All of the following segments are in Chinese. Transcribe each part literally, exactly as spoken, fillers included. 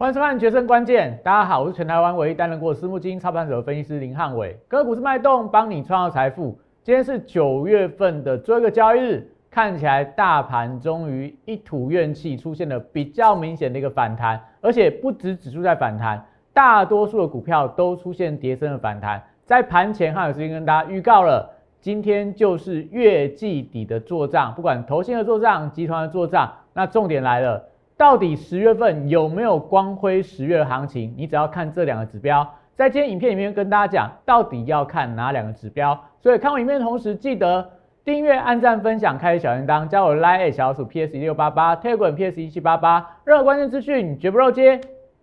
欢迎收看《决胜关键》，大家好，我是全台湾唯一担任过私募基金操盘手的分析师林汉伟，个股市脉动，帮你创造财富。今天是九月份的最后一个交易日，看起来大盘终于一吐怨气，出现了比较明显的一个反弹，而且不止指数在反弹，大多数的股票都出现跌升的反弹。在盘前，汉有时间跟大家预告了，今天就是月季底的做账，不管投信的做账、集团的做账，那重点来了。到底十月份有没有光辉十月的行情？你只要看这两个指标，在今天影片里面跟大家讲，到底要看哪两个指标。所以看完影片的同时，记得订阅、按赞、分享、开启小铃铛，加我的 Line 小老鼠 P S 一六八八 ，Telegram P S 一七八八，任何关键资讯绝不漏接。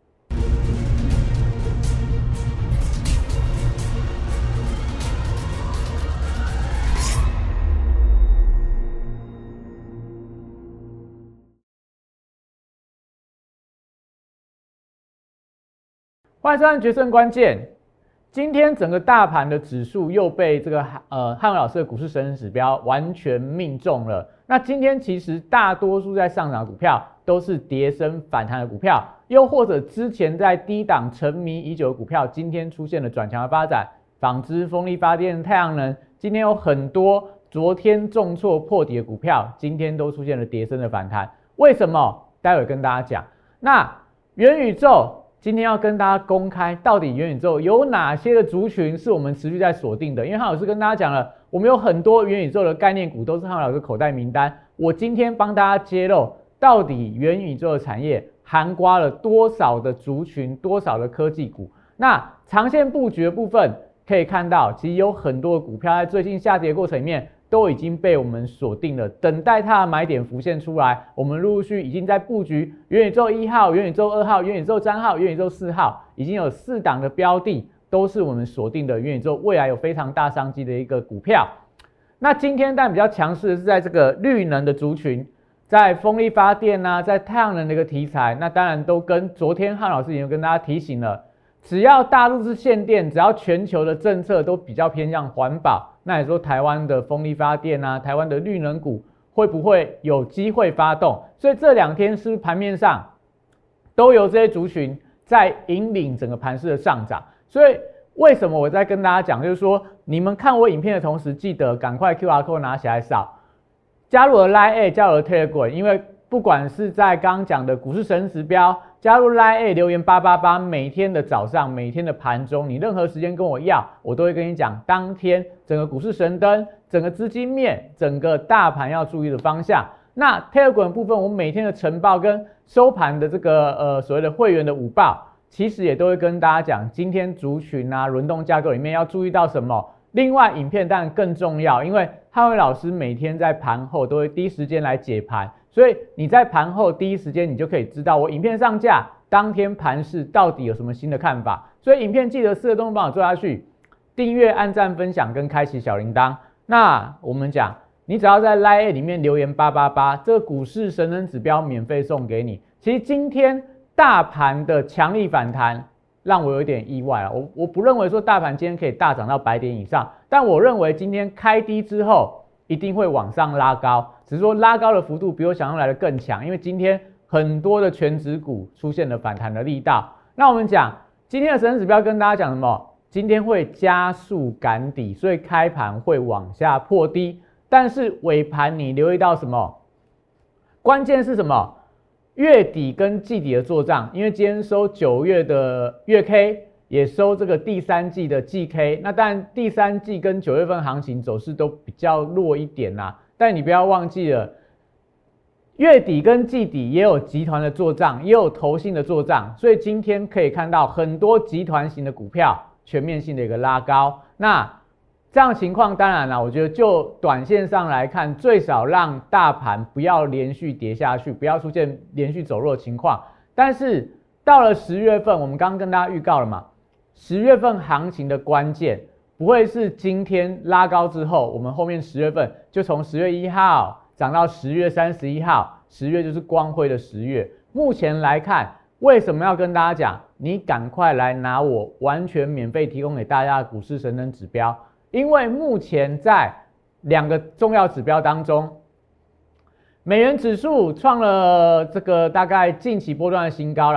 欢迎收看《决胜关键》。今天整个大盘的指数又被这个呃汉伟老师的股市神人指标完全命中了。那今天其实大多数在上涨的股票都是跌升反弹的股票，又或者之前在低档沉迷已久的股票，今天出现了转强的发展。纺织、风力发电、太阳能，今天有很多昨天重挫破底的股票，今天都出现了跌升的反弹。为什么？待会跟大家讲。那元宇宙。今天要跟大家公开，到底元宇宙有哪些的族群是我们持续在锁定的？因为汉老师跟大家讲了，我们有很多元宇宙的概念股都是汉老师口袋名单。我今天帮大家揭露，到底元宇宙的产业涵盖了多少的族群，多少的科技股。那长线布局的部分可以看到，其实有很多的股票在最近下跌的过程里面，都已经被我们锁定了，等待它的买点浮现出来。我们陆陆续已经在布局元宇宙一号、元宇宙二号、元宇宙三号、元宇宙四号，已经有四档的标的，都是我们锁定的元宇宙未来有非常大商机的一个股票。那今天当然比较强势的是在这个绿能的族群，在风力发电啊，在太阳能的一个题材，那当然都跟昨天汉老师已经跟大家提醒了。只要大陆是限电，只要全球的政策都比较偏向环保，那你说台湾的风力发电啊，台湾的绿能股会不会有机会发动？所以这两天是不是盘面上都有这些族群在引领整个盘势的上涨？所以为什么我在跟大家讲，就是说你们看我影片的同时，记得赶快 Q R code 拿起来扫，加入我的 Line， 加入我的 Telegram， 因为不管是在刚刚讲的股市神指标。加入 Line 留言八八八，每天的早上，每天的盘中，你任何时间跟我要，我都会跟你讲当天整个股市神灯、整个资金面、整个大盘要注意的方向。那 Telegram 部分，我每天的晨报跟收盘的这个呃所谓的会员的午报，其实也都会跟大家讲今天族群啊轮动架构里面要注意到什么。另外，影片当然更重要，因为汉伟老师每天在盘后都会第一时间来解盘。所以你在盘后第一时间，你就可以知道我影片上架当天盘势到底有什么新的看法。所以影片记得四个动作帮我做下去：订阅、按赞、分享跟开启小铃铛。那我们讲，你只要在 Line 里面留言八八八，这个股市神人指标免费送给你。其实今天大盘的强力反弹让我有点意外啊，我我不认为说大盘今天可以大涨到百点以上，但我认为今天开低之后一定会往上拉高。只是说拉高的幅度比我想象来的更强，因为今天很多的全指股出现了反弹的力道。那我们讲今天的神人指标跟大家讲什么？今天会加速赶底，所以开盘会往下破低，但是尾盘你留意到什么？关键是什么？月底跟季底的做账，因为今天收九月的月 K， 也收这个第三季的季 K。那当然第三季跟九月份行情走势都比较弱一点啦、啊。但你不要忘记了，月底跟季底也有集团的做账，也有投信的做账，所以今天可以看到很多集团型的股票全面性的一个拉高。那这样情况，当然啦，我觉得就短线上来看，最少让大盘不要连续跌下去，不要出现连续走弱的情况。但是到了十月份，我们刚刚跟大家预告了嘛，十月份行情的关键。不会是今天拉高之后，我们后面十月份就从十月一号涨到十月三十一号，十月就是光辉的十月。目前来看，为什么要跟大家讲？你赶快来拿我完全免费提供给大家的股市神人指标，因为目前在两个重要指标当中，美元指数创了这个大概近期波段的新高啦。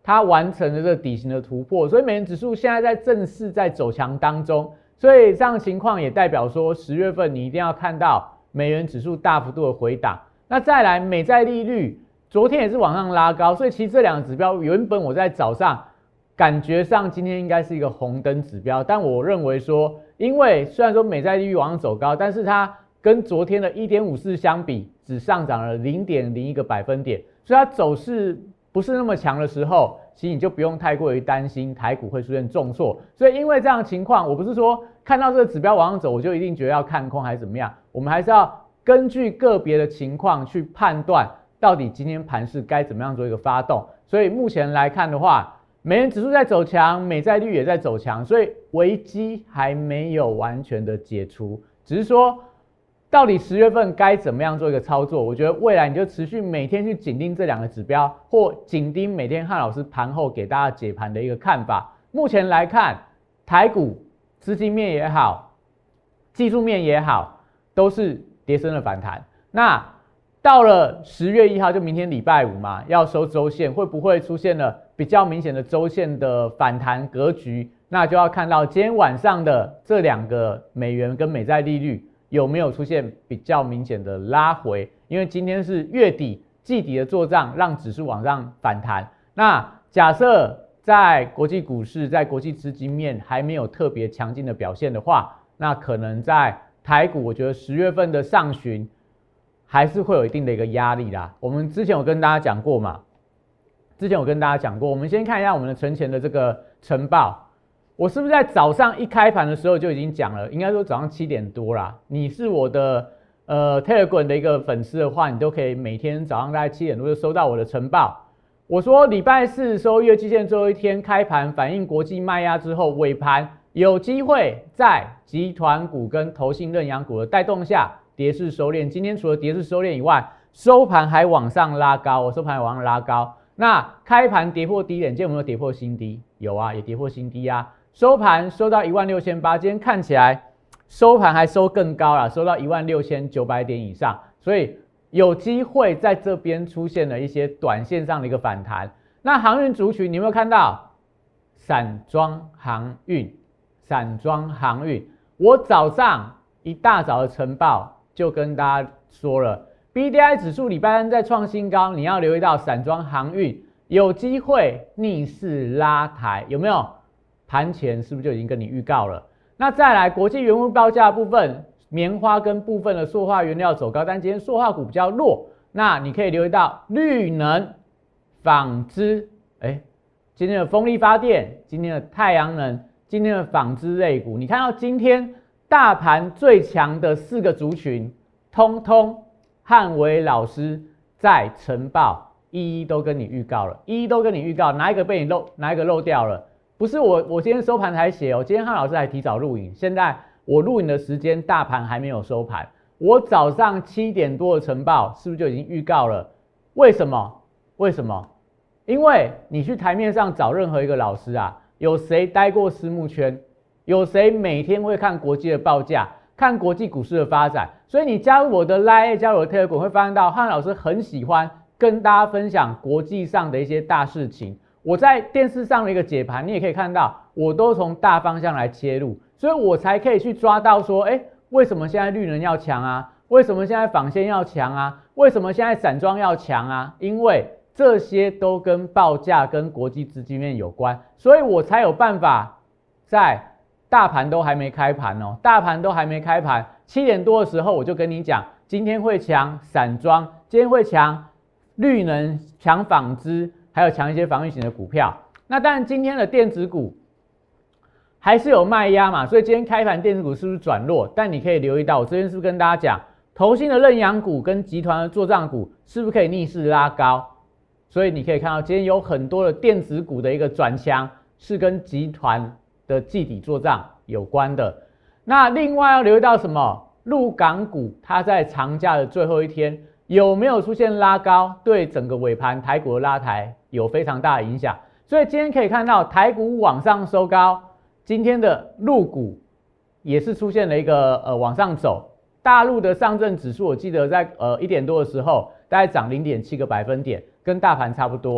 它完成了这个底型的突破，所以美元指数现在在正式在走强当中，所以这样的情况也代表说十月份你一定要看到美元指数大幅度的回档。那再来美债利率，昨天也是往上拉高，所以其实这两个指标原本我在早上感觉上今天应该是一个红灯指标，但我认为说，因为虽然说美债利率往上走高，但是它跟昨天的 一点五四 相比，只上涨了 零点零一 个百分点，所以它走势不是那么强的时候，其实你就不用太过于担心台股会出现重挫。所以因为这样的情况，我不是说看到这个指标往上走，我就一定觉得要看空还是怎么样，我们还是要根据个别的情况去判断，到底今天盘势该怎么样做一个发动。所以目前来看的话，美元指数在走强，美债率也在走强，所以危机还没有完全的解除，只是说到底十月份该怎么样做一个操作？我觉得未来你就持续每天去紧盯这两个指标，或紧盯每天汉老师盘后给大家解盘的一个看法。目前来看，台股资金面也好，技术面也好，都是跌升的反弹。那到了十月一号，就明天礼拜五嘛，要收周线，会不会出现了比较明显的周线的反弹格局？那就要看到今天晚上的这两个美元跟美债利率有没有出现比较明显的拉回？因为今天是月底季底的做账，让指数往上反弹。那假设在国际股市、在国际资金面还没有特别强劲的表现的话，那可能在台股，我觉得十月份的上旬还是会有一定的一个压力啦。我们之前有跟大家讲过嘛，之前有跟大家讲过，我们先看一下我们的存钱的这个晨报。我是不是在早上一开盘的时候就已经讲了？应该说早上七点多啦。你是我的呃 Telegram 的一个粉丝的话，你都可以每天早上大概七点多就收到我的晨报。我说礼拜四收月季线最后一天开盘，反映国际卖压之后，尾盘有机会在集团股跟投信认养股的带动下，跌势收敛。今天除了跌势收敛以外，收盘还往上拉高，我收盘还往上拉高。那开盘跌破低点，今天有没有跌破新低？有啊，也跌破新低啊。收盘收到一万六千八，今天看起来收盘还收更高了，收到一万六千九百点以上，所以有机会在这边出现了一些短线上的一个反弹。那航运族群，你有没有看到散装航运？散装航运，我早上一大早的晨报就跟大家说了 ，B D I 指数礼拜三在创新高，你要留意到散装航运有机会逆势拉抬，有没有？盘前是不是就已经跟你预告了？那再来国际原物报价的部分，棉花跟部分的塑化原料走高，但今天塑化股比较弱。那你可以留意到绿能、纺织，哎，今天的风力发电，今天的太阳能，今天的纺织类股，你看到今天大盘最强的四个族群，通通汉伟老师在晨报一一都跟你预告了，一一都跟你预告，哪一个被你漏，哪一个漏掉了？不是我，我今天收盘才写哦。今天汉老师还提早录影，现在我录影的时间，大盘还没有收盘。我早上七点多的晨报是不是就已经预告了？为什么？为什么？因为你去台面上找任何一个老师啊，有谁待过私募圈？有谁每天会看国际的报价，看国际股市的发展？所以你加入我的 Line， 加入我的 Telegram， 会发现到汉老师很喜欢跟大家分享国际上的一些大事情。我在电视上的一个解盘，你也可以看到，我都从大方向来切入，所以我才可以去抓到说，哎，为什么现在绿能要强啊？为什么现在纺线要强啊？为什么现在散装要强啊？因为这些都跟报价跟国际资金面有关，所以我才有办法在大盘都还没开盘哦，大盘都还没开盘，七点多的时候我就跟你讲，今天会强散装，今天会强绿能，强纺织。还有强一些防御型的股票，那当然今天的电子股还是有卖压嘛，所以今天开盘电子股是不是转弱？但你可以留意到，我这边是不是跟大家讲，投信的认养股跟集团的作账股是不是可以逆势拉高？所以你可以看到今天有很多的电子股的一个转强，是跟集团的季底作账有关的。那另外要留意到什么？陆港股它在长假的最后一天。有没有出现拉高？对整个尾盘台股的拉抬有非常大的影响，所以今天可以看到台股往上收高，今天的陆股也是出现了一个呃往上走。大陆的上证指数，我记得在呃一点多的时候，大概涨零点七个百分点，跟大盘差不多。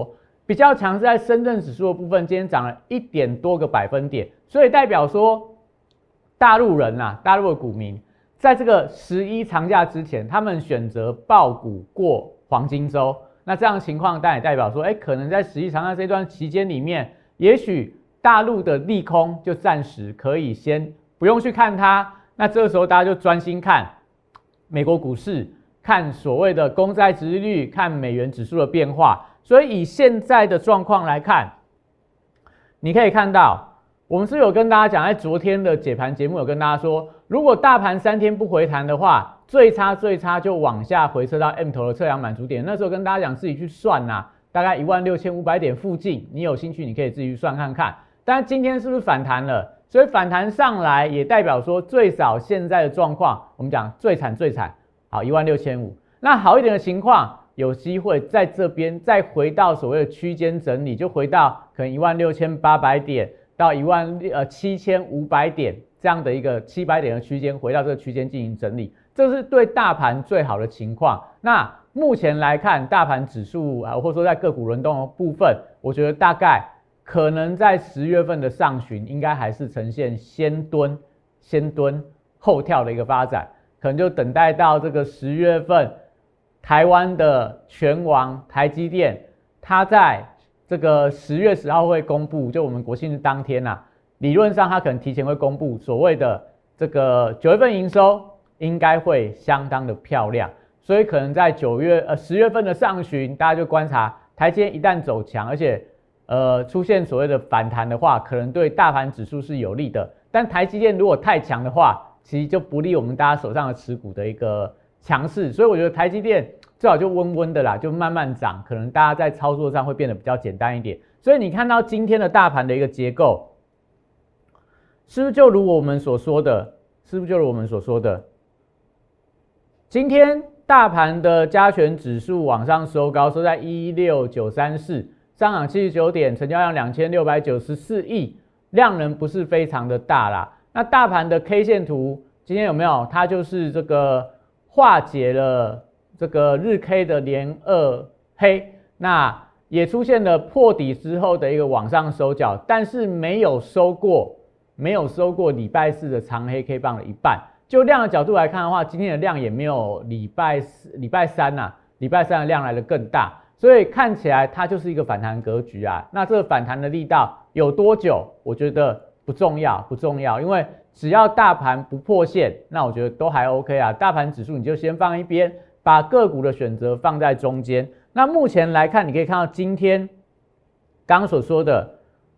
比较强是在深圳指数的部分，今天涨了一点多个百分点，所以代表说大陆人啊，大陆的股民在这个十一长假之前，他们选择抱股过黄金周。那这样的情况，当然也代表说，哎，可能在十一长假这段期间里面，也许大陆的利空就暂时可以先不用去看它。那这个时候大家就专心看美国股市，看所谓的公债殖利率，看美元指数的变化。所以以现在的状况来看，你可以看到，我们是有跟大家讲，在昨天的解盘节目有跟大家说，如果大盘三天不回弹的话，最差最差就往下回撤到 M 头的测量满足点。那时候跟大家讲自己去算呐、啊，大概一万六千五百点附近，你有兴趣你可以自己去算看看。但今天是不是反弹了？所以反弹上来也代表说，最少现在的状况，我们讲最惨最惨，好一万六千五。那好一点的情况，有机会在这边再回到所谓的区间整理，就回到可能一万六千八百点到一万呃七千五百点这样的一个七百点的区间，回到这个区间进行整理，这是对大盘最好的情况。那目前来看，大盘指数啊，或者说在个股轮动的部分，我觉得大概可能在十月份的上旬，应该还是呈现先蹲、先蹲后跳的一个发展，可能就等待到这个十月份，台湾的拳王台积电，它在这个十月十号会公布，就我们国庆日当天啊，理论上它可能提前会公布所谓的这个九月份营收，应该会相当的漂亮，所以可能在九月呃十月份的上旬，大家就观察台积电一旦走强，而且呃出现所谓的反弹的话，可能对大盘指数是有利的。但台积电如果太强的话，其实就不利我们大家手上的持股的一个强势，所以我觉得台积电最好就温温的啦，就慢慢涨，可能大家在操作上会变得比较简单一点。所以你看到今天的大盘的一个结构，是不是就如我们所说的？是不是就如我们所说的？今天大盘的加权指数往上收高，收在一六九三四，上涨七十九点，成交量两千六百九十四亿，量能不是非常的大啦。那大盘的 K 线图今天有没有？它就是这个化解了这个日 K 的连二黑，那也出现了破底之后的一个往上收脚，但是没有收过，没有收过礼拜四的长黑 K 棒的一半。就量的角度来看的话，今天的量也没有礼拜四、礼拜三呐、啊，礼拜三的量来的更大，所以看起来它就是一个反弹格局啊。那这个反弹的力道有多久？我觉得不重要，不重要，因为只要大盘不破线，那我觉得都还 OK 啊。大盘指数你就先放一边，把个股的选择放在中间。那目前来看，你可以看到今天刚刚所说的，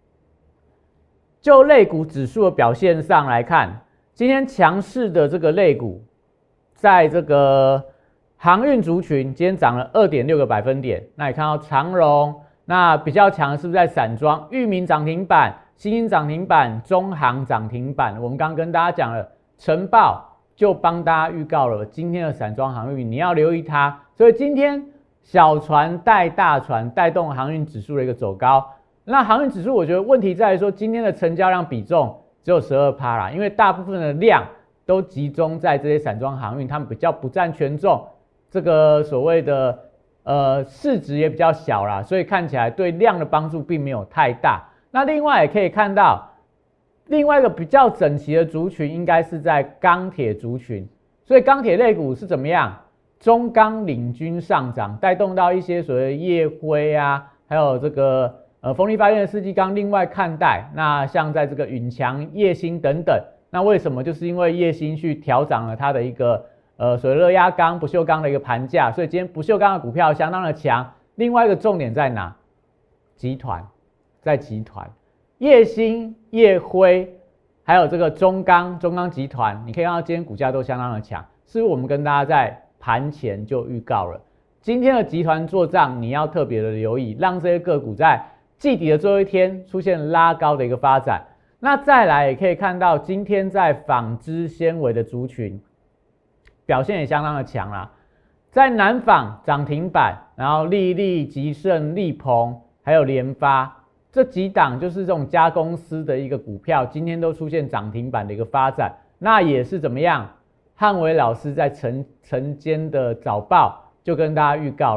就类股指数的表现上来看。今天强势的这个类股，在这个航运族群，今天涨了 二点六个百分点。那你看到长荣，那比较强是不是在散装？裕民涨停板，新兴涨停板，中航涨停板。我们刚刚跟大家讲了，晨报就帮大家预告了今天的散装航运，你要留意它。所以今天小船带大船，带动航运指数的一个走高。那航运指数，我觉得问题在于说，今天的成交量比重只有 百分之十二 啦，因为大部分的量都集中在这些散装航运，他们比较不占权重，这个所谓的呃市值也比较小啦，所以看起来对量的帮助并没有太大。那另外也可以看到，另外一个比较整齐的族群应该是在钢铁族群，所以钢铁类股是怎么样？中钢领军上涨，带动到一些所谓的业辉啊，还有这个。呃，风力发电的世纪钢另外看待，那像在这个允强、燁兴等等，那为什么？就是因为燁兴去调涨了它的一个呃所谓热轧钢、不锈钢的一个盘价，所以今天不锈钢的股票相当的强。另外一个重点在哪？集团，在集团，燁兴、燁辉，还有这个中钢、中钢集团，你可以看到今天股价都相当的强，是不是我们跟大家在盘前就预告了，今天的集团做账你要特别的留意，让这些个股在季底的最后一天出现拉高的一个发展。那再来也可以看到，今天在纺织纤维的族群表现也相当的强啦，在南纺涨停板，然后力立、吉盛、力鹏还有联发这几档就是这种加公司的一个股票，今天都出现涨停板的一个发展。那也是怎么样？汉伟老师在晨晨间的早报就跟大家预告了。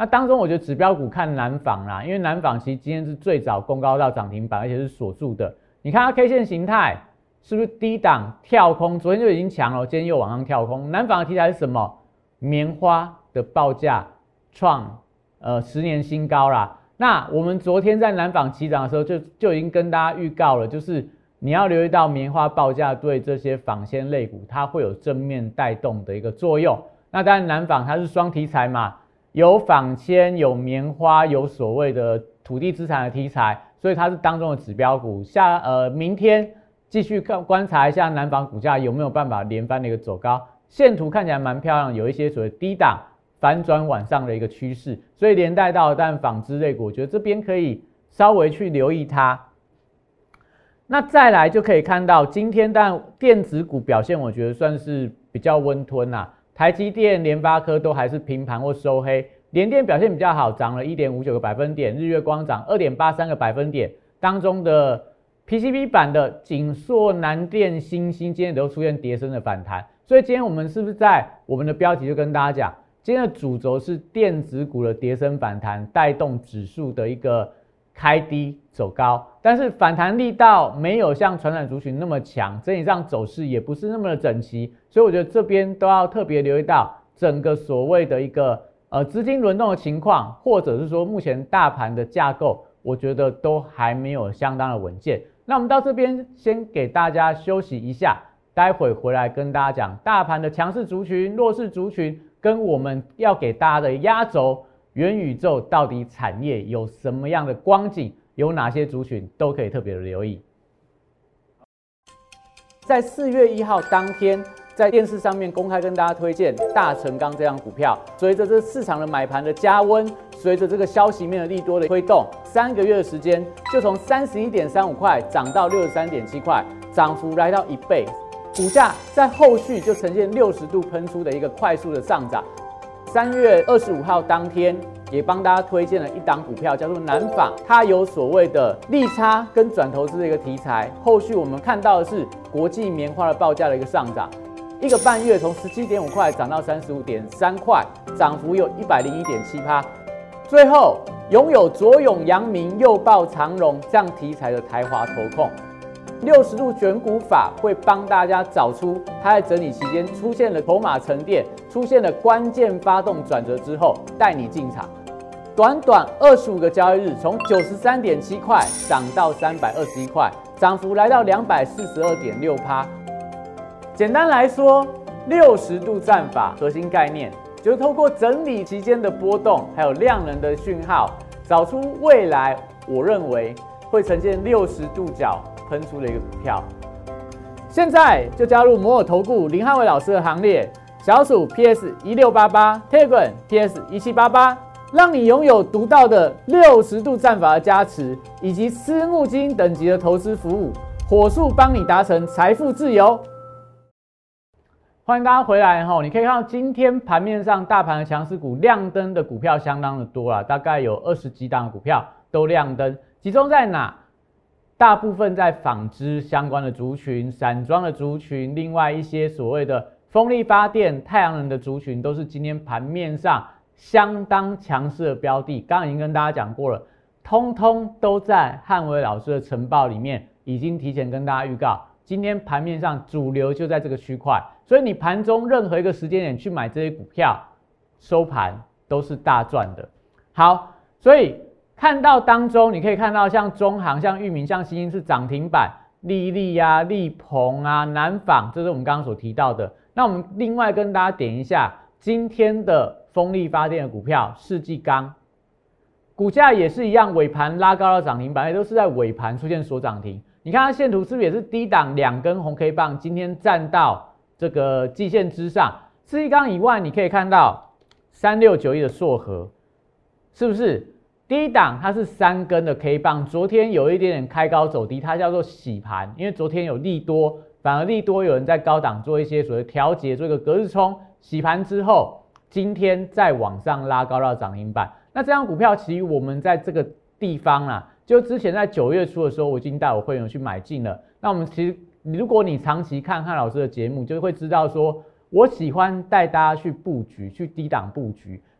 那当中我觉得指标股看南纺啦，因为南纺其实今天是最早攻高到涨停板，而且是锁住的。你看它 K 线形态是不是低档跳空？昨天就已经强了，今天又往上跳空。南纺的题材是什么？棉花的报价创呃十年新高啦。那我们昨天在南纺起涨的时候就就已经跟大家预告了，就是你要留意到棉花报价对这些纺纤类股它会有正面带动的一个作用。那当然南纺它是双题材嘛。有纺纤，有棉花，有所谓的土地资产的题材，所以它是当中的指标股。下呃，明天继续看观察一下南纺股价有没有办法连番的一个走高。线图看起来蛮漂亮，有一些所谓低档反转往上的一个趋势，所以连带到但纺织类股，我觉得这边可以稍微去留意它。那再来就可以看到今天但电子股表现，我觉得算是比较温吞啦、啊。台积电、联发科都还是平盘或收黑，联电表现比较好，涨了 一点五九 个百分点，日月光涨 二点八三 个百分点，当中的 P C B 版的景硕、南电、欣兴今天都出现跌升的反弹，所以今天我们是不是在我们的标题就跟大家讲，今天的主轴是电子股的跌升反弹，带动指数的一个开低走高，但是反弹力道没有像传产族群那么强，整体上走势也不是那么的整齐，所以我觉得这边都要特别留意到整个所谓的一个呃资金轮动的情况，或者是说目前大盘的架构，我觉得都还没有相当的稳健。那我们到这边先给大家休息一下，待会回来跟大家讲大盘的强势族群、弱势族群，跟我们要给大家的压轴。元宇宙到底产业有什么样的光景？有哪些族群都可以特别的留意。在四月一号当天，在电视上面公开跟大家推荐大成钢这张股票，随着这市场的买盘的加温，随着这个消息面的利多的推动，三个月的时间就从三十一点三五块涨到六十三点七块，涨幅来到一倍，股价在后续就呈现六十度喷出的一个快速的上涨。三月二十五号当天，也帮大家推荐了一档股票，叫做南纺，它有所谓的利差跟转投资的一个题材。后续我们看到的是国际棉花的报价的一个上涨，一个半月从十七点五块涨到三十五点三块，涨幅有一百零一点七趴。最后拥有左拥阳明、右抱长荣这样题材的台华投控。六十度选股法会帮大家找出它在整理期间出现了筹码沉淀，出现了关键发动转折之后，带你进场。短短二十五个交易日，从九十三点七块涨到三百二十一块，涨幅来到两百四十二点六趴。简单来说，六十度战法核心概念就是透过整理期间的波动，还有量能的讯号，找出未来我认为会呈现六十度角喷出的一个股票。现在就加入摩尔投顾林汉伟老师的行列，小鼠 P S 一六八八 Telegram P S 一七八八，让你拥有独到的六十度战法的加持，以及私募基金等级的投资服务，火速帮你达成财富自由。欢迎大家回来哈！你可以看到今天盘面上大盘的强势股亮灯的股票相当的多啦，大概有二十几档的股票都亮灯，集中在哪？大部分在纺织相关的族群、散装的族群，另外一些所谓的风力发电、太阳能的族群，都是今天盘面上相当强势的标的。刚刚已经跟大家讲过了，通通都在汉伟老师的晨报里面，已经提前跟大家预告，今天盘面上主流就在这个区块，所以你盘中任何一个时间点去买这些股票，收盘都是大赚的。好，所以看到当中，你可以看到像中航、像裕民、像欣兴是涨停板，力立啊、力鹏啊、南纺，这是我们刚刚所提到的。那我们另外跟大家点一下今天的风力发电的股票世纪钢，股价也是一样，尾盘拉高到涨停板，也都是在尾盘出现锁涨停。你看它线图是不是也是低档两根红 K 棒，今天站到这个季线之上？世纪钢以外，你可以看到三六九一的硕禾，是不是？低档它是三根的 K 棒，昨天有一点点开高走低，它叫做洗盘，因为昨天有利多，反而利多有人在高档做一些所谓调节，做一个隔日冲，洗盘之后，今天再往上拉高到涨停板。那这张股票其实我们在这个地方啦，就之前在九月初的时候，我已经带我会员去买进了。那我们其实如果你长期看汉老师的节目，就会知道说，我喜欢带大家去布局，去低档布局。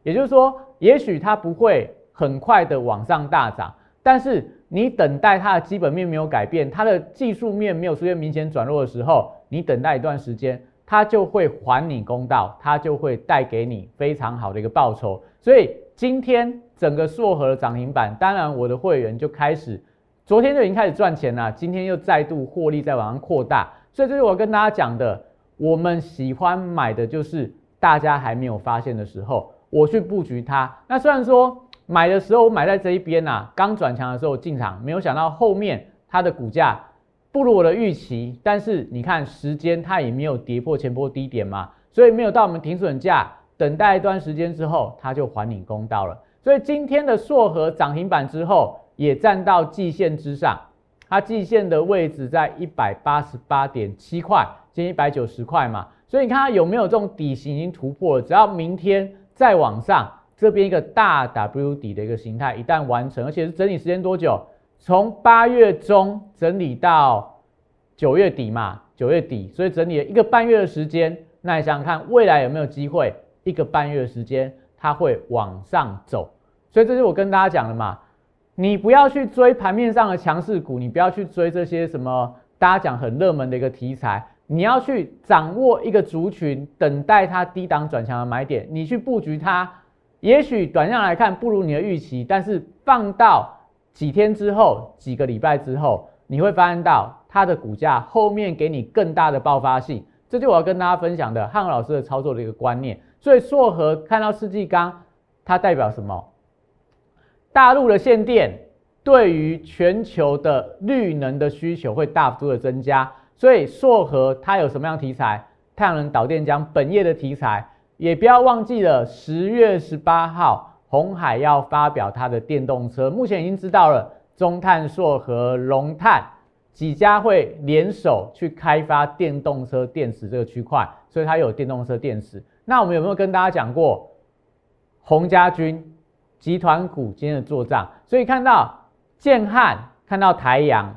也就是说，也许它不会很快的往上大涨，但是你等待它的基本面没有改变，它的技术面没有出现明显转弱的时候，你等待一段时间，它就会还你公道，它就会带给你非常好的一个报酬。所以今天整个硕禾的涨停板，当然我的会员就开始，昨天就已经开始赚钱了，今天又再度获利在往上扩大。所以这是我跟大家讲的，我们喜欢买的就是大家还没有发现的时候，我去布局它。那虽然说买的时候我买在这一边啊，刚转强的时候进场，没有想到后面它的股价不如我的预期，但是你看时间它也没有跌破前波低点嘛，所以没有到我们停损价，等待一段时间之后，它就还你公道了。所以今天的硕禾涨停板之后，也站到季线之上，它季线的位置在一百八十八点七块，今天一百九十块嘛，所以你看它有没有这种底型已经突破了？只要明天再往上，这边一个大 W 底的一个形态一旦完成，而且是整理时间多久？从八月中整理到九月底嘛，九月底，所以整理了一个半月的时间。那你想想看，未来有没有机会一个半月的时间它会往上走？所以这是我跟大家讲的嘛，你不要去追盘面上的强势股，你不要去追这些什么大家讲很热门的一个题材，你要去掌握一个族群，等待它低档转强的买点，你去布局它。也许短线来看不如你的预期，但是放到几天之后，几个礼拜之后，你会发现到它的股价后面给你更大的爆发性。这就我要跟大家分享的汉老师的操作的一个观念。所以硕禾看到世纪钢，它代表什么？大陆的限电对于全球的绿能的需求会大幅度的增加，所以硕禾它有什么样的题材？太阳能导电浆本业的题材。也不要忘记了，十月十八号，鸿海要发表它的电动车，目前已经知道了，中碳、硕禾、龙碳几家会联手去开发电动车电池这个区块，所以它有电动车电池。那我们有没有跟大家讲过，鸿家军集团股今天的作账？所以看到建汉，看到台阳，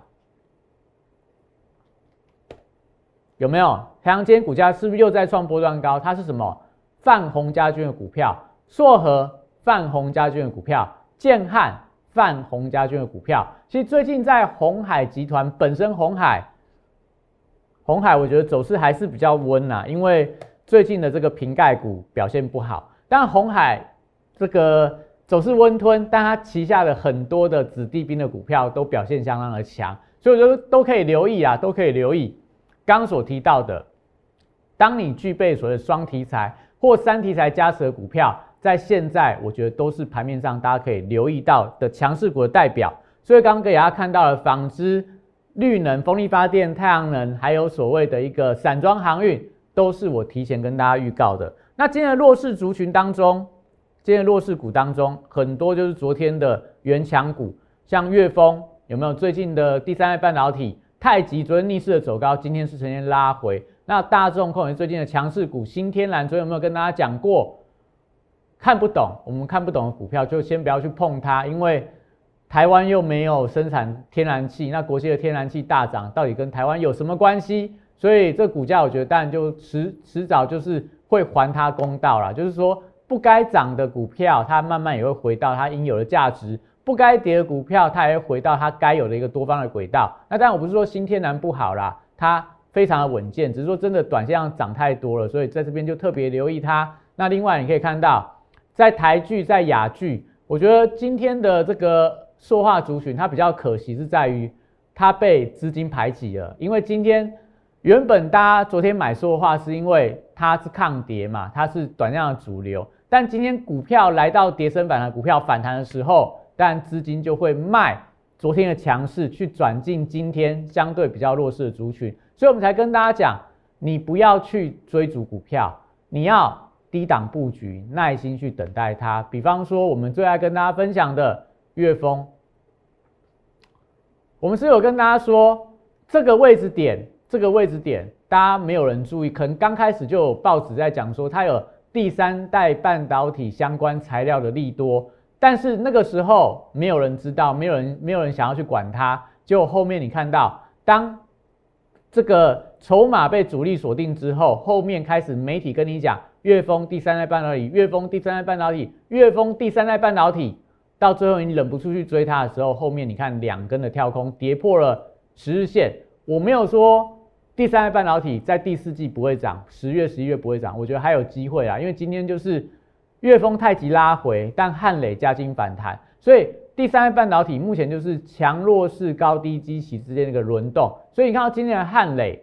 有没有？台阳今天股价是不是又在创波段高？它是什么？泛鸿家军的股票，硕禾泛鸿家军的股票，建汉泛鸿家军的股票。其实最近在鸿海集团本身，鸿海，鸿海我觉得走势还是比较温啦，因为最近的这个瓶盖股表现不好。但鸿海这个走势温吞，但它旗下的很多的子弟兵的股票都表现相当的强，所以我觉得都可以留意啊，都可以留意。刚刚所提到的，当你具备所谓的双题材或三题材加持的股票，在现在我觉得都是盘面上大家可以留意到的强势股的代表。所以刚刚给大家看到了纺织、绿能、风力发电、太阳能，还有所谓的一个散装航运，都是我提前跟大家预告的。那今天的弱势族群当中，今天的弱势股当中，很多就是昨天的原强股，像岳峰有没有？最近的第三代半导体，太极昨天逆势的走高，今天是呈现拉回。那大众控最近的强势股新天然，昨天有没有跟大家讲过？看不懂，我们看不懂的股票就先不要去碰它，因为台湾又没有生产天然气，那国际的天然气大涨，到底跟台湾有什么关系？所以这股价我觉得当然就迟迟早就是会还它公道啦，就是说不该涨的股票，它慢慢也会回到它应有的价值；不该跌的股票，它也会回到它该有的一个多方的轨道。那当然我不是说新天然不好啦，它非常的稳健，只是说真的短线上涨太多了，所以在这边就特别留意它。那另外你可以看到，在台剧、在亚剧，我觉得今天的这个塑化族群，它比较可惜是在于它被资金排挤了，因为今天原本大家昨天买塑化是因为它是抗跌嘛，它是短量的主流，但今天股票来到跌升反弹股票反弹的时候，但资金就会卖昨天的强势，去转进今天相对比较弱势的族群。所以我们才跟大家讲，你不要去追逐股票，你要低档布局，耐心去等待它。比方说我们最爱跟大家分享的岳峰，我们是有跟大家说这个位置点，这个位置点大家没有人注意，可能刚开始就有报纸在讲说它有第三代半导体相关材料的利多，但是那个时候没有人知道，没有人没有人想要去管它。结果后面你看到，当这个筹码被主力锁定之后，后面开始媒体跟你讲越封第三代半导体，越封第三代半导体，越封第三代半导体，到最后你忍不住去追它的时候，后面你看两根的跳空跌破了十日线。我没有说第三代半导体在第四季不会涨，十月、十一月不会涨，我觉得还有机会啦，因为今天就是越封太极拉回，但汉磊加金反弹，所以第三代半导体目前就是强弱势高低基期之间的一个轮动，所以你看到今天的汉磊，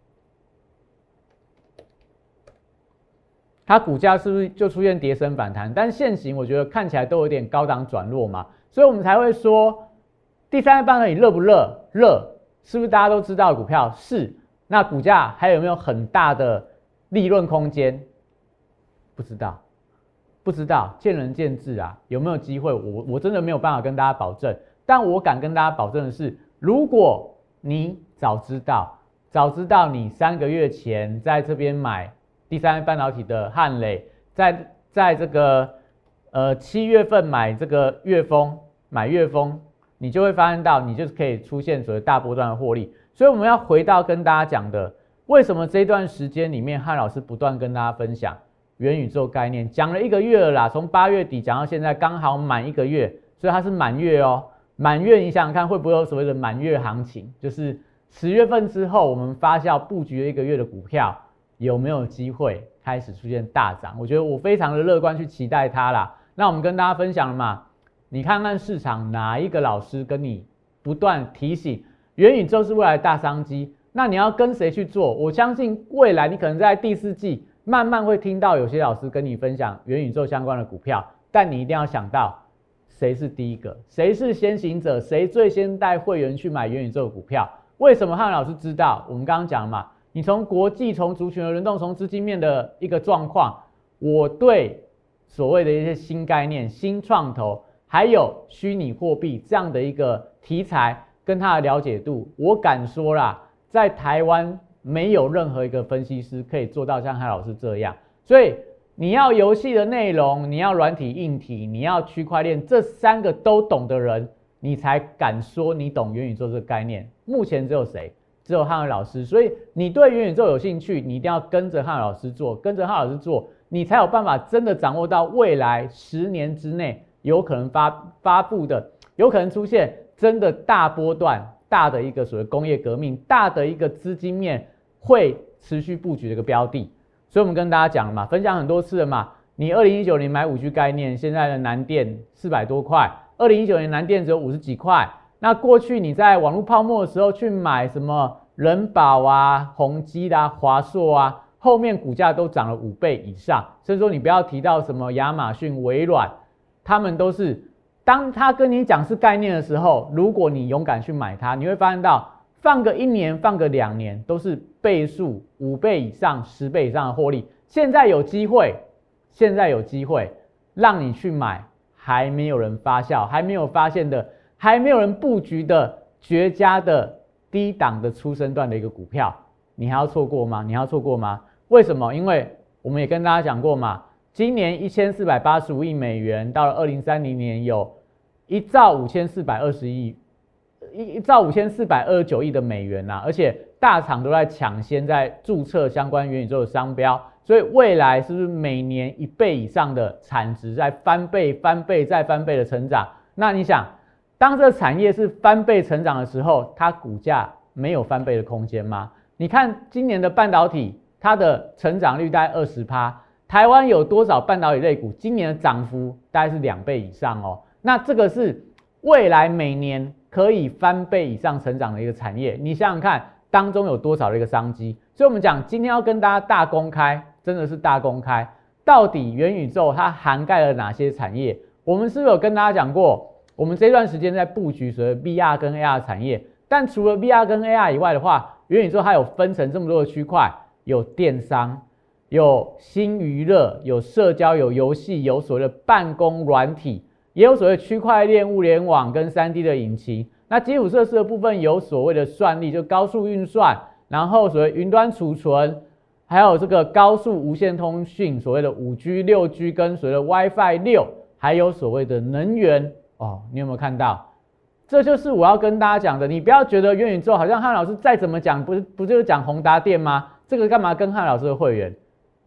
它股价是不是就出现跌升反弹？但现行我觉得看起来都有点高档转弱嘛，所以我们才会说第三代半导体热不热？热，是不是大家都知道的股票？是。那股价还有没有很大的利润空间？不知道，不知道，见仁见智啊。有没有机会？我我真的没有办法跟大家保证。但我敢跟大家保证的是，如果你早知道，早知道你三个月前在这边买第三代半导体的汉磊，在在这个呃七月份买这个越丰，买越丰，你就会发现到你就是可以出现所谓大波段的获利。所以我们要回到跟大家讲的，为什么这段时间里面汉老师不断跟大家分享元宇宙概念，讲了一个月了啦，从八月底讲到现在刚好满一个月，所以它是满月哦。满月你想想看会不会有所谓的满月行情，就是十月份之后我们发酵布局了一个月的股票，有没有机会开始出现大涨？我觉得我非常的乐观去期待它啦。那我们跟大家分享了嘛，你看看市场哪一个老师跟你不断提醒元宇宙是未来的大商机，那你要跟谁去做？我相信未来你可能在第四季慢慢会听到有些老师跟你分享元宇宙相关的股票，但你一定要想到谁是第一个，谁是先行者，谁最先带会员去买元宇宙的股票。为什么汉老师知道？我们刚刚讲了嘛，你从国际、从族群的轮动、从资金面的一个状况，我对所谓的一些新概念、新创投，还有虚拟货币这样的一个题材跟它的了解度，我敢说啦，在台湾没有任何一个分析师可以做到像汉老师这样。所以你要游戏的内容，你要软体硬体，你要区块链，这三个都懂的人，你才敢说你懂元宇宙这个概念。目前只有谁？只有汉老师。所以你对元宇宙有兴趣，你一定要跟着汉老师做，跟着汉老师做，你才有办法真的掌握到未来十年之内有可能发发布的，有可能出现真的大波段、大的一个所谓工业革命、大的一个资金面会持续布局的一个标的。所以我们跟大家讲了嘛，分享很多次了嘛。你二零一九年买 五 G 概念，现在的南电四百多块，二零一九年南电只有五十几块。那过去你在网络泡沫的时候去买什么人保啊、宏基啦、华硕啊，后面股价都涨了五倍以上。所以说你不要提到什么亚马逊、微软，他们都是当他跟你讲是概念的时候，如果你勇敢去买它，你会发现到放个一年、放个两年都是倍数五倍以上、十倍以上的获利。现在有机会，现在有机会让你去买，还没有人发酵、还没有发现的、还没有人布局的绝佳的低档的初升段的一个股票，你还要错过吗？你还要错过吗？为什么？因为我们也跟大家讲过嘛，今年一千四百八十五亿美元，到了二零三零年有一兆五千四百二十亿。一兆五千四百二十九亿的美元呐、啊，而且大厂都在抢先在注册相关元宇宙的商标，所以未来是不是每年一倍以上的产值在翻倍、翻倍再翻倍的成长？那你想，当这个产业是翻倍成长的时候，它股价没有翻倍的空间吗？你看今年的半导体，它的成长率大概 百分之二十， 台湾有多少半导体类股今年的涨幅大概是两倍以上哦？那这个是未来每年可以翻倍以上成长的一个产业，你想想看，当中有多少的一个商机？所以我们讲今天要跟大家大公开，真的是大公开，到底元宇宙它涵盖了哪些产业？我们是不是有跟大家讲过，我们这段时间在布局所谓 V R 跟 A R 产业，但除了 V R 跟 A R 以外的话，元宇宙它有分成这么多的区块，有电商，有新娱乐，有社交，有游戏，有所谓的办公软体，也有所谓区块链、物联网跟 三 D 的引擎。那基础设施的部分有所谓的算力，就高速运算，然后所谓云端储存，还有这个高速无线通讯，所谓的 五 G、六 G 跟所谓的 WiFi 六，还有所谓的能源哦，你有没有看到？这就是我要跟大家讲的。你不要觉得元宇宙好像汉老师再怎么讲，不是不就是讲宏达电吗？这个干嘛跟汉老师的会员？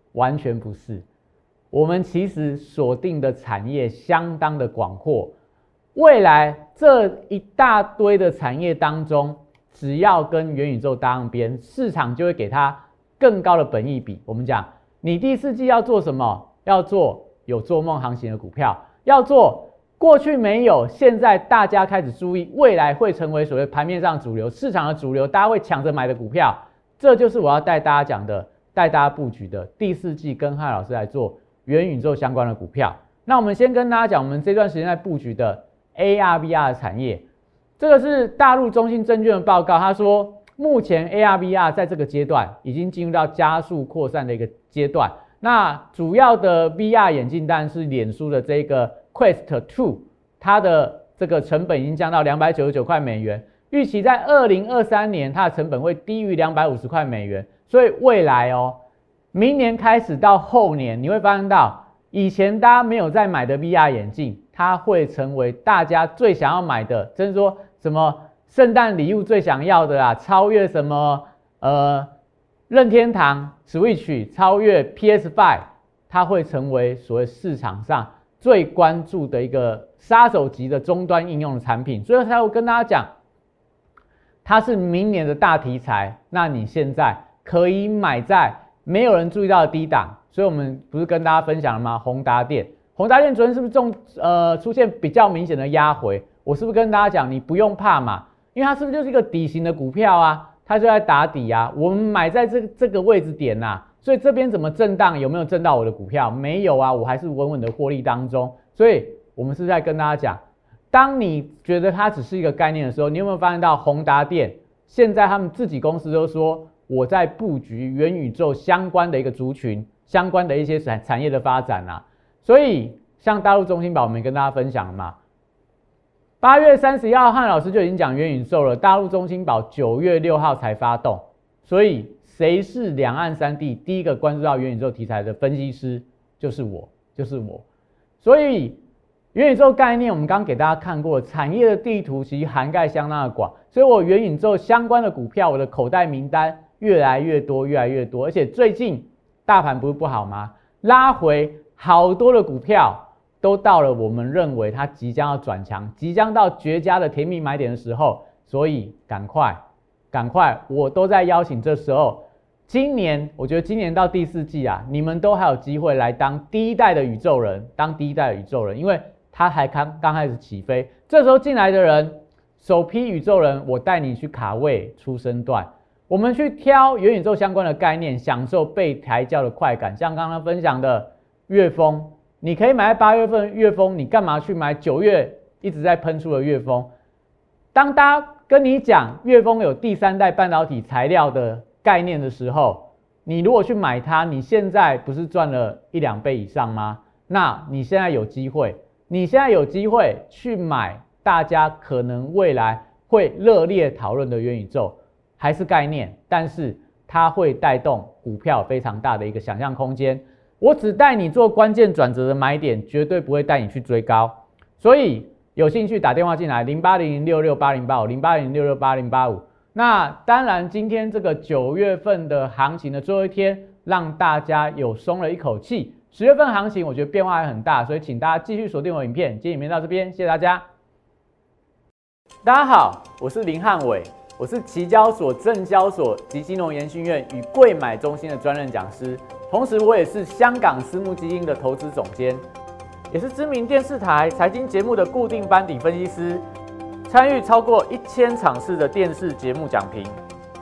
完全不是。我们其实锁定的产业相当的广阔，未来这一大堆的产业当中，只要跟元宇宙搭上边，市场就会给它更高的本益比。我们讲，你第四季要做什么？要做有做梦行情的股票，要做过去没有，现在大家开始注意，未来会成为所谓盘面上主流、市场的主流，大家会抢着买的股票。这就是我要带大家讲的，带大家布局的第四季跟汉老师来做元宇宙相关的股票。那我们先跟大家讲，我们这段时间在布局的 A R V R 的产业，这个是大陆中信证券的报告，他说目前 A R V R 在这个阶段已经进入到加速扩散的一个阶段。那主要的 V R 眼镜当然是脸书的这个 Quest 二， 它的这个成本已经降到两百九十九块美元，预期在二零二三年它的成本会低于两百五十块美元，所以未来哦，明年开始到后年，你会发现到以前大家没有在买的 V R 眼镜，它会成为大家最想要买的，甚至说什么圣诞礼物最想要的啦，超越什么呃任天堂 Switch， 超越 P S 五， 它会成为所谓市场上最关注的一个杀手级的终端应用的产品，所以才会跟大家讲，它是明年的大题材。那你现在可以买在没有人注意到的低档，所以我们不是跟大家分享了吗？宏达电，宏达电昨天是不是重呃出现比较明显的压回？我是不是跟大家讲，你不用怕嘛，因为它是不是就是一个底型的股票啊？它就在打底啊，我们买在这这个位置点呐、啊，所以这边怎么震荡，有没有震到我的股票？没有啊，我还是稳稳的获利当中。所以我们是在跟大家讲，当你觉得它只是一个概念的时候，你有没有发现到宏达电现在他们自己公司都说我在布局元宇宙相关的一个族群，相关的一些产产业的发展啊。所以像大陆中心宝，我们跟大家分享了嘛。八月三十一号，汉老师就已经讲元宇宙了。大陆中心宝九月六号才发动，所以谁是两岸三地第一个关注到元宇宙题材的分析师？就是我，就是我。所以元宇宙概念，我们刚刚给大家看过，产业的地图其实涵盖相当的广，所以我元宇宙相关的股票，我的口袋名单越来越多，越来越多。而且最近大盘不是不好吗？拉回好多的股票。都到了我们认为它即将要转强，即将到绝佳的甜蜜买点的时候，所以赶快，赶快，我都在邀请这时候，今年我觉得今年到第四季啊，你们都还有机会来当第一代的宇宙人，当第一代的宇宙人，因为它还刚刚开始起飞，这时候进来的人，首批宇宙人，我带你去卡位出身段，我们去挑元宇宙相关的概念，享受被抬轿的快感，像刚刚分享的月峰。你可以买在八月份月峰，你干嘛去买九月一直在喷出的月峰？当大家跟你讲月峰有第三代半导体材料的概念的时候，你如果去买它，你现在不是赚了一两倍以上吗？那你现在有机会，你现在有机会去买大家可能未来会热烈讨论的元宇宙，还是概念，但是它会带动股票非常大的一个想象空间。我只带你做关键转折的买点，绝对不会带你去追高。所以有兴趣打电话进来零八零零六六八零八五 零八零零六六八零八五。那当然，今天这个九月份的行情的最后一天，让大家有松了一口气。十月份行情我觉得变化还很大，所以请大家继续锁定我影片。今天影片到这边，谢谢大家。大家好，我是林汉伟，我是期交所、证交所及金融研训院与贵买中心的专任讲师。同时，我也是香港私募基金的投资总监，也是知名电视台财经节目的固定班底分析师，参与超过一千场次的电视节目讲评。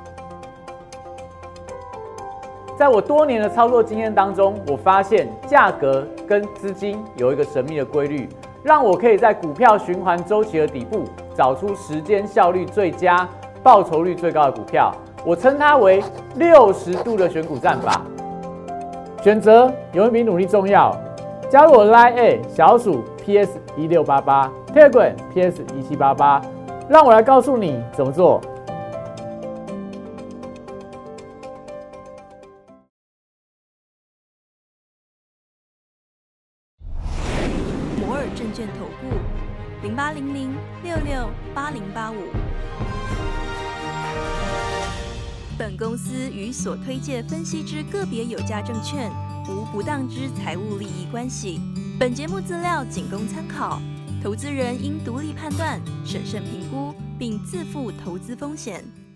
在我多年的操作经验当中，我发现价格跟资金有一个神秘的规律，让我可以在股票循环周期的底部找出时间效率最佳、报酬率最高的股票。我称它为六十度的选股战法。选择永远比努力重要。加入我 Line A 小鼠 P S 一六八八 Telegram P S 一七八八，让我来告诉你怎么做。 摩尔证券投顾零八零零六六八零八五。本公司与所推介分析之个别有价证券无不当之财务利益关系。本节目资料仅供参考，投资人应独立判断、审慎评估，并自负投资风险。